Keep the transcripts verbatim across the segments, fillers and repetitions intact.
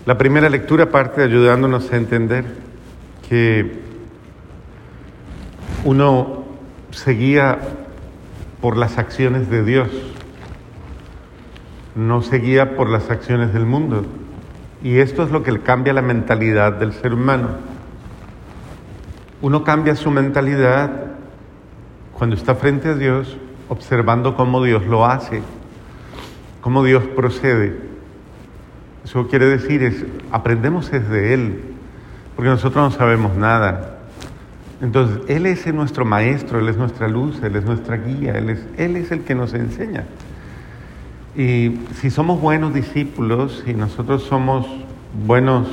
La primera lectura parte ayudándonos a entender que uno se guía por las acciones de Dios, no se guía por las acciones del mundo. Y esto es lo que cambia la mentalidad del ser humano. Uno cambia su mentalidad cuando está frente a Dios, observando cómo Dios lo hace, cómo Dios procede. Eso quiere decir, es, aprendemos desde Él, porque nosotros no sabemos nada. Entonces, Él es nuestro maestro, Él es nuestra luz, Él es nuestra guía, Él es, Él es el que nos enseña. Y si somos buenos discípulos, si nosotros somos buenos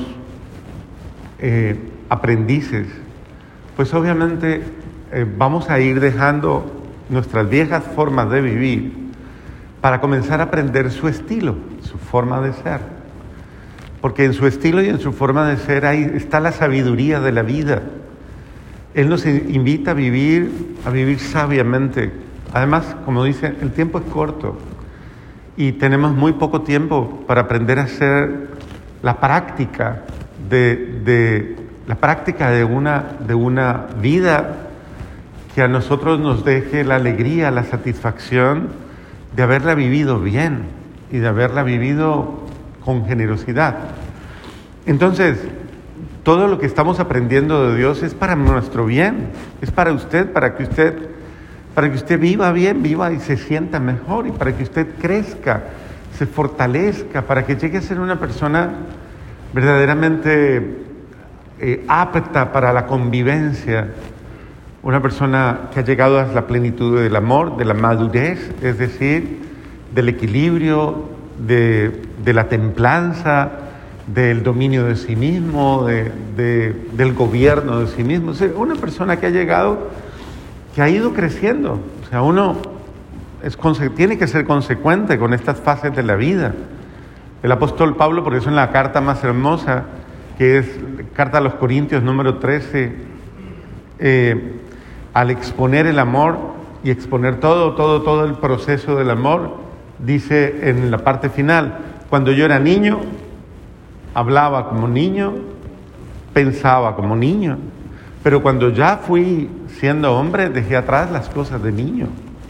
eh, aprendices, pues obviamente eh, vamos a ir dejando nuestras viejas formas de vivir para comenzar a aprender su estilo, su forma de ser. Porque en su estilo y en su forma de ser ahí está la sabiduría de la vida. Él nos invita a vivir, a vivir sabiamente. Además, como dice, el tiempo es corto y tenemos muy poco tiempo para aprender a hacer la práctica de, de la práctica de una, de una vida que a nosotros nos deje la alegría, la satisfacción de haberla vivido bien y de haberla vivido con generosidad. Entonces, todo lo que estamos aprendiendo de Dios es para nuestro bien, es para usted, para que usted, para que usted viva bien, viva y se sienta mejor, y para que usted crezca, se fortalezca, para que llegue a ser una persona verdaderamente eh, apta para la convivencia, una persona que ha llegado a la plenitud del amor, de la madurez, es decir, del equilibrio, de, de la templanza, del dominio de sí mismo, de, de, del gobierno de sí mismo. O sea, una persona que ha llegado, que ha ido creciendo. O sea, uno es, tiene que ser consecuente con estas fases de la vida. El apóstol Pablo, por eso en la carta más hermosa, que es carta a los Corintios número trece, eh, al exponer el amor y exponer todo, todo, todo el proceso del amor, dice en la parte final: cuando yo era niño, hablaba como niño, pensaba como niño, pero cuando ya fui siendo hombre, dejé atrás las cosas de niño.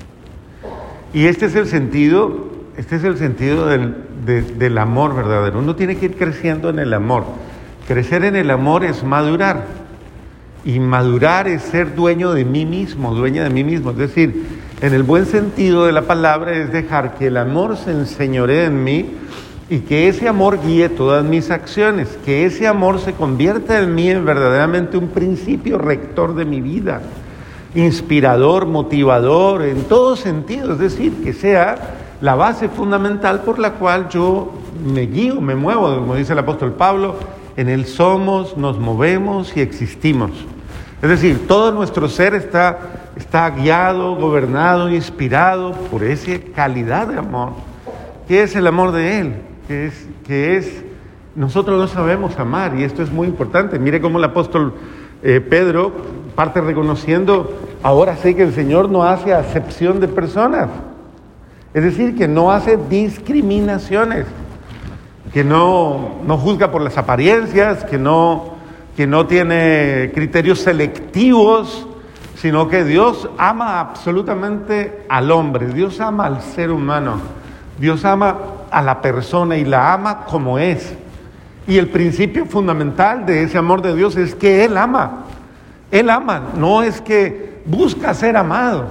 Y este es el sentido, este es el sentido del, de, del amor verdadero. Uno tiene que ir creciendo en el amor. Crecer en el amor es madurar. Y madurar es ser dueño de mí mismo, dueña de mí mismo. Es decir, en el buen sentido de la palabra, es dejar que el amor se enseñoree en mí y que ese amor guíe todas mis acciones, que ese amor se convierta en mí en verdaderamente un principio rector de mi vida, inspirador, motivador, en todo sentido. Es decir, que sea la base fundamental por la cual yo me guío, me muevo, como dice el apóstol Pablo: en él somos, nos movemos y existimos. Es decir, todo nuestro ser está, está guiado, gobernado, inspirado por esa calidad de amor, que es el amor de Él, que es, que es, nosotros no sabemos amar, y esto es muy importante. Mire cómo el apóstol eh, Pedro parte reconociendo: ahora sé que el Señor no hace acepción de personas, es decir, que no hace discriminaciones, que no, no juzga por las apariencias, que no, que no tiene criterios selectivos, sino que Dios ama absolutamente al hombre, Dios ama al ser humano, Dios ama a la persona y la ama como es. Y el principio fundamental de ese amor de Dios es que Él ama. Él ama, no es que busca ser amado.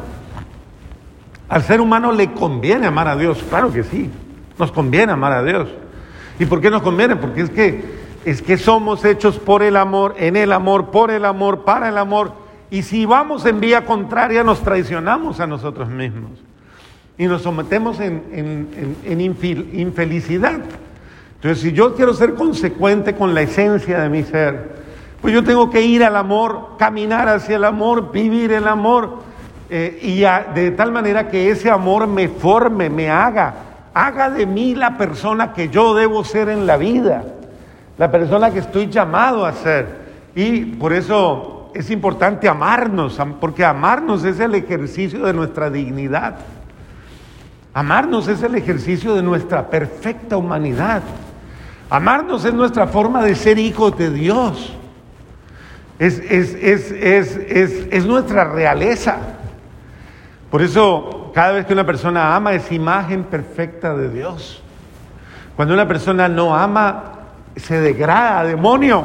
Al ser humano le conviene amar a Dios, claro que sí, nos conviene amar a Dios. ¿Y por qué nos conviene? Porque es que, es que somos hechos por el amor, en el amor, por el amor, para el amor. Y si vamos en vía contraria, nos traicionamos a nosotros mismos y nos sometemos en, en, en, en infelicidad. Entonces, si yo quiero ser consecuente con la esencia de mi ser, pues yo tengo que ir al amor, caminar hacia el amor, vivir el amor, eh, y a, de tal manera que ese amor me forme, me haga, haga de mí la persona que yo debo ser en la vida, la persona que estoy llamado a ser. Y por eso es importante amarnos, porque amarnos es el ejercicio de nuestra dignidad. Amarnos es el ejercicio de nuestra perfecta humanidad. Amarnos es nuestra forma de ser hijos de Dios. Es, es, es, es, es, es nuestra realeza. Por eso, cada vez que una persona ama, es imagen perfecta de Dios. Cuando una persona no ama, se degrada, demonio.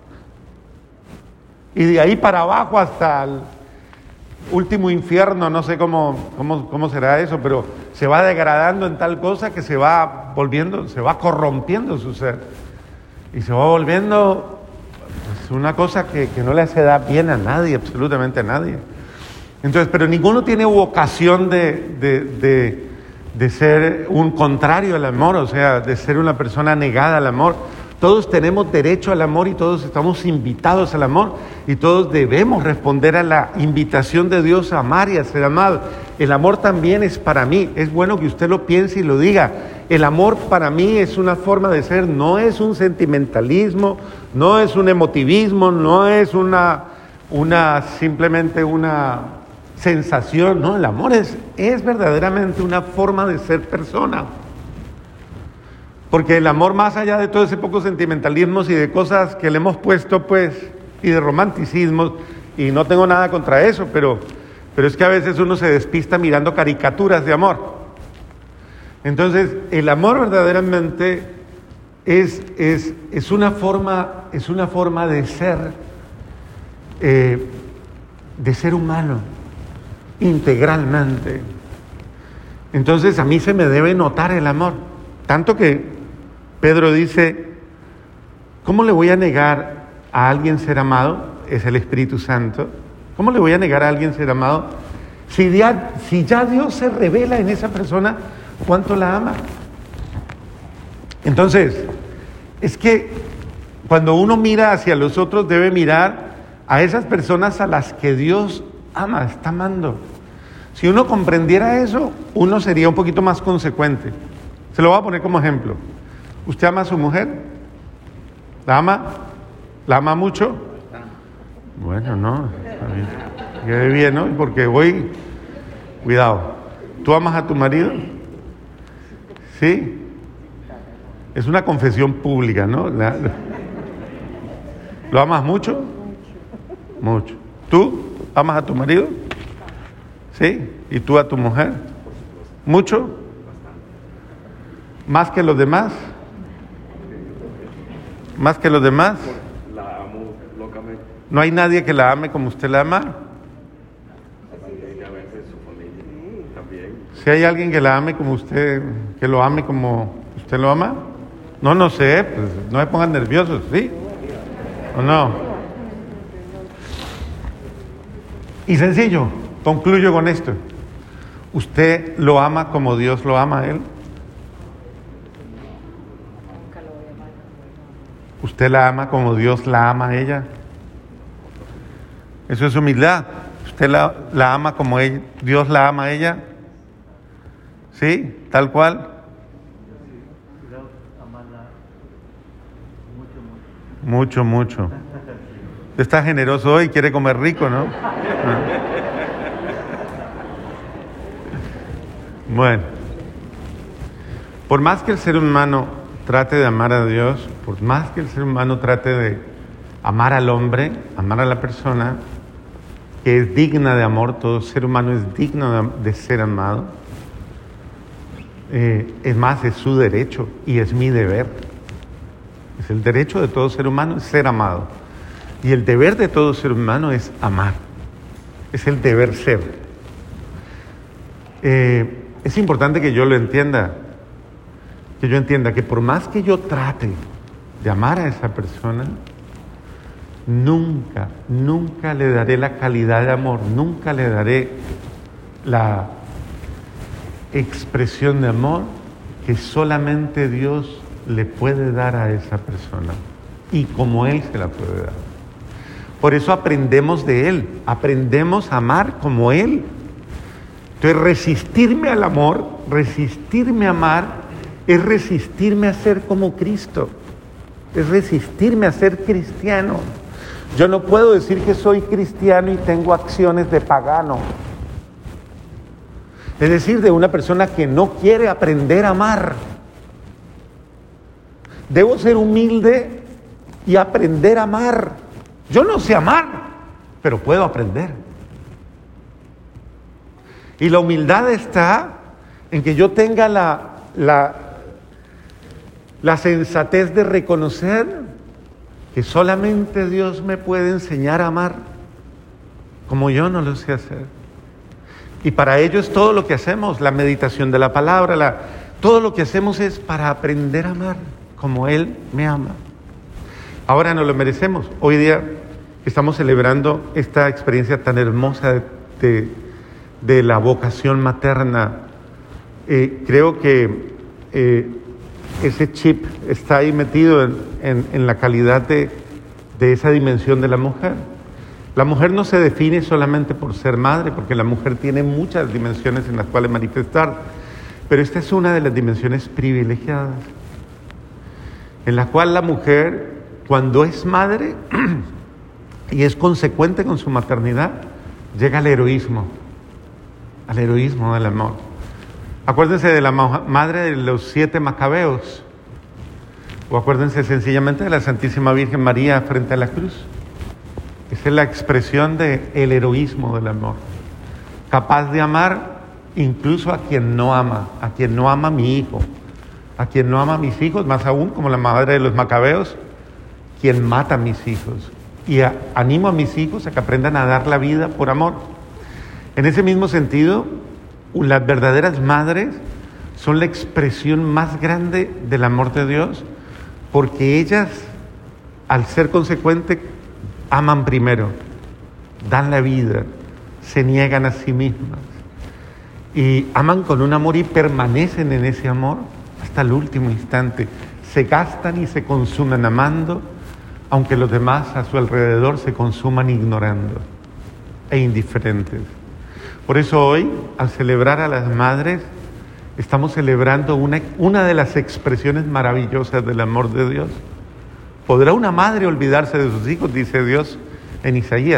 Y de ahí para abajo hasta el último infierno, no sé cómo, cómo, cómo será eso, pero se va degradando en tal cosa que se va volviendo, se va corrompiendo su ser. Y se va volviendo pues, una cosa que, que no le hace dar bien a nadie, absolutamente a nadie. Entonces, pero ninguno tiene vocación de, de, de, de ser un contrario al amor, o sea, de ser una persona negada al amor. Todos tenemos derecho al amor y todos estamos invitados al amor y todos debemos responder a la invitación de Dios a amar y a ser amado. El amor también es para mí. Es bueno que usted lo piense y lo diga. El amor para mí es una forma de ser, no es un sentimentalismo, no es un emotivismo, no es una, una simplemente una sensación. No, el amor es, es verdaderamente una forma de ser persona. Porque el amor, más allá de todo ese poco sentimentalismos y de cosas que le hemos puesto, pues, y de romanticismos, y no tengo nada contra eso, pero, pero es que a veces uno se despista mirando caricaturas de amor. Entonces, el amor verdaderamente es, es, es, una, forma, es una forma de ser, eh, de ser humano, integralmente. Entonces, a mí se me debe notar el amor, tanto que Pedro dice, ¿cómo le voy a negar a alguien ser amado? Es el Espíritu Santo. ¿Cómo le voy a negar a alguien ser amado? Si ya, si ya Dios se revela en esa persona, ¿cuánto la ama? Entonces, es que cuando uno mira hacia los otros, debe mirar a esas personas a las que Dios ama, está amando. Si uno comprendiera eso, uno sería un poquito más consecuente. Se lo voy a poner como ejemplo. ¿Usted ama a su mujer? ¿La ama? ¿La ama mucho? Bueno, no. Quede bien, ¿no? Porque voy... Cuidado. ¿Tú amas a tu marido? ¿Sí? Es una confesión pública, ¿no? La... ¿Lo amas mucho? Mucho. ¿Tú amas a tu marido? ¿Sí? ¿Y tú a tu mujer? ¿Mucho? ¿Más que los demás? ¿Más que los demás? La amo locamente. ¿No hay nadie que la ame como usted la ama? Y a veces su familia también. ¿Si hay alguien que la ame como usted, que lo ame como usted lo ama? No, no sé, pues no me pongan nerviosos, ¿sí? ¿O no? Y sencillo, concluyo con esto. ¿Usted lo ama como Dios lo ama a él? ¿Usted la ama como Dios la ama a ella? Eso es humildad. ¿Usted la, la ama como ella, Dios la ama a ella? ¿Sí? ¿Tal cual? Mucho, mucho. Usted está generoso hoy, quiere comer rico, ¿no? Bueno. Por más que el ser humano trate de amar a Dios, por más que el ser humano trate de amar al hombre, amar a la persona, que es digna de amor, todo ser humano es digno de, de ser amado, eh, es más, es su derecho y es mi deber. Es el derecho de todo ser humano, es ser amado. Y el deber de todo ser humano es amar. Es el deber ser. Eh, es importante que yo lo entienda. Que yo entienda que por más que yo trate de amar a esa persona, nunca, nunca le daré la calidad de amor, nunca le daré la expresión de amor que solamente Dios le puede dar a esa persona y como Él se la puede dar. Por eso aprendemos de Él, aprendemos a amar como Él. Entonces resistirme al amor, resistirme a amar, es resistirme a ser como Cristo, es resistirme a ser cristiano. Yo no puedo decir que soy cristiano y tengo acciones de pagano. Es decir, de una persona que no quiere aprender a amar. Debo ser humilde y aprender a amar. Yo no sé amar, pero puedo aprender. Y la humildad está en que yo tenga la, la, la sensatez de reconocer que solamente Dios me puede enseñar a amar como yo no lo sé hacer. Y para ello es todo lo que hacemos, la meditación de la palabra, la, todo lo que hacemos es para aprender a amar como Él me ama. Ahora nos lo merecemos. Hoy día estamos celebrando esta experiencia tan hermosa de, de, de la vocación materna. Eh, creo que eh, ese chip está ahí metido en, en, en la calidad de, de esa dimensión de la mujer. La mujer no se define solamente por ser madre, porque la mujer tiene muchas dimensiones en las cuales manifestar, pero esta es una de las dimensiones privilegiadas, en la cual la mujer, cuando es madre y es consecuente con su maternidad, llega al heroísmo, al heroísmo del amor. Acuérdense de la madre de los siete macabeos, o acuérdense sencillamente de la Santísima Virgen María frente a la cruz. Esa es la expresión del heroísmo del amor, capaz de amar incluso a quien no ama, a quien no ama a mi hijo, a quien no ama a mis hijos, más aún como la madre de los macabeos, quien mata a mis hijos. Y a, animo a mis hijos a que aprendan a dar la vida por amor. En ese mismo sentido, las verdaderas madres son la expresión más grande del amor de Dios, porque ellas, al ser consecuentes, aman primero, dan la vida, se niegan a sí mismas y aman con un amor y permanecen en ese amor hasta el último instante. Se gastan y se consumen amando, aunque los demás a su alrededor se consuman ignorando e indiferentes. Por eso hoy, al celebrar a las madres, estamos celebrando una, una de las expresiones maravillosas del amor de Dios. ¿Podrá una madre olvidarse de sus hijos? Dice Dios en Isaías.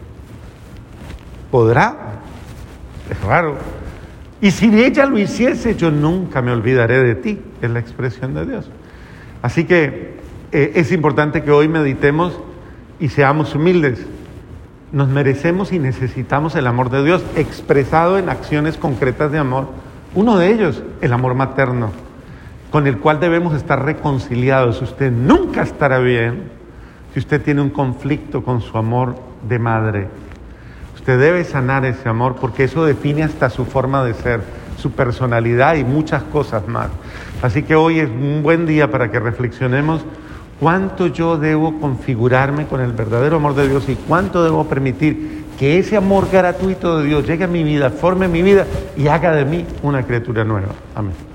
¿Podrá? Es raro. Y si ella lo hiciese, yo nunca me olvidaré de ti. Es la expresión de Dios. Así que eh, es importante que hoy meditemos y seamos humildes. Nos merecemos y necesitamos el amor de Dios expresado en acciones concretas de amor. Uno de ellos, el amor materno, con el cual debemos estar reconciliados. Usted nunca estará bien si usted tiene un conflicto con su amor de madre. Usted debe sanar ese amor porque eso define hasta su forma de ser, su personalidad y muchas cosas más. Así que hoy es un buen día para que reflexionemos cuánto yo debo configurarme con el verdadero amor de Dios y cuánto debo permitir que ese amor gratuito de Dios llegue a mi vida, forme mi vida y haga de mí una criatura nueva. Amén.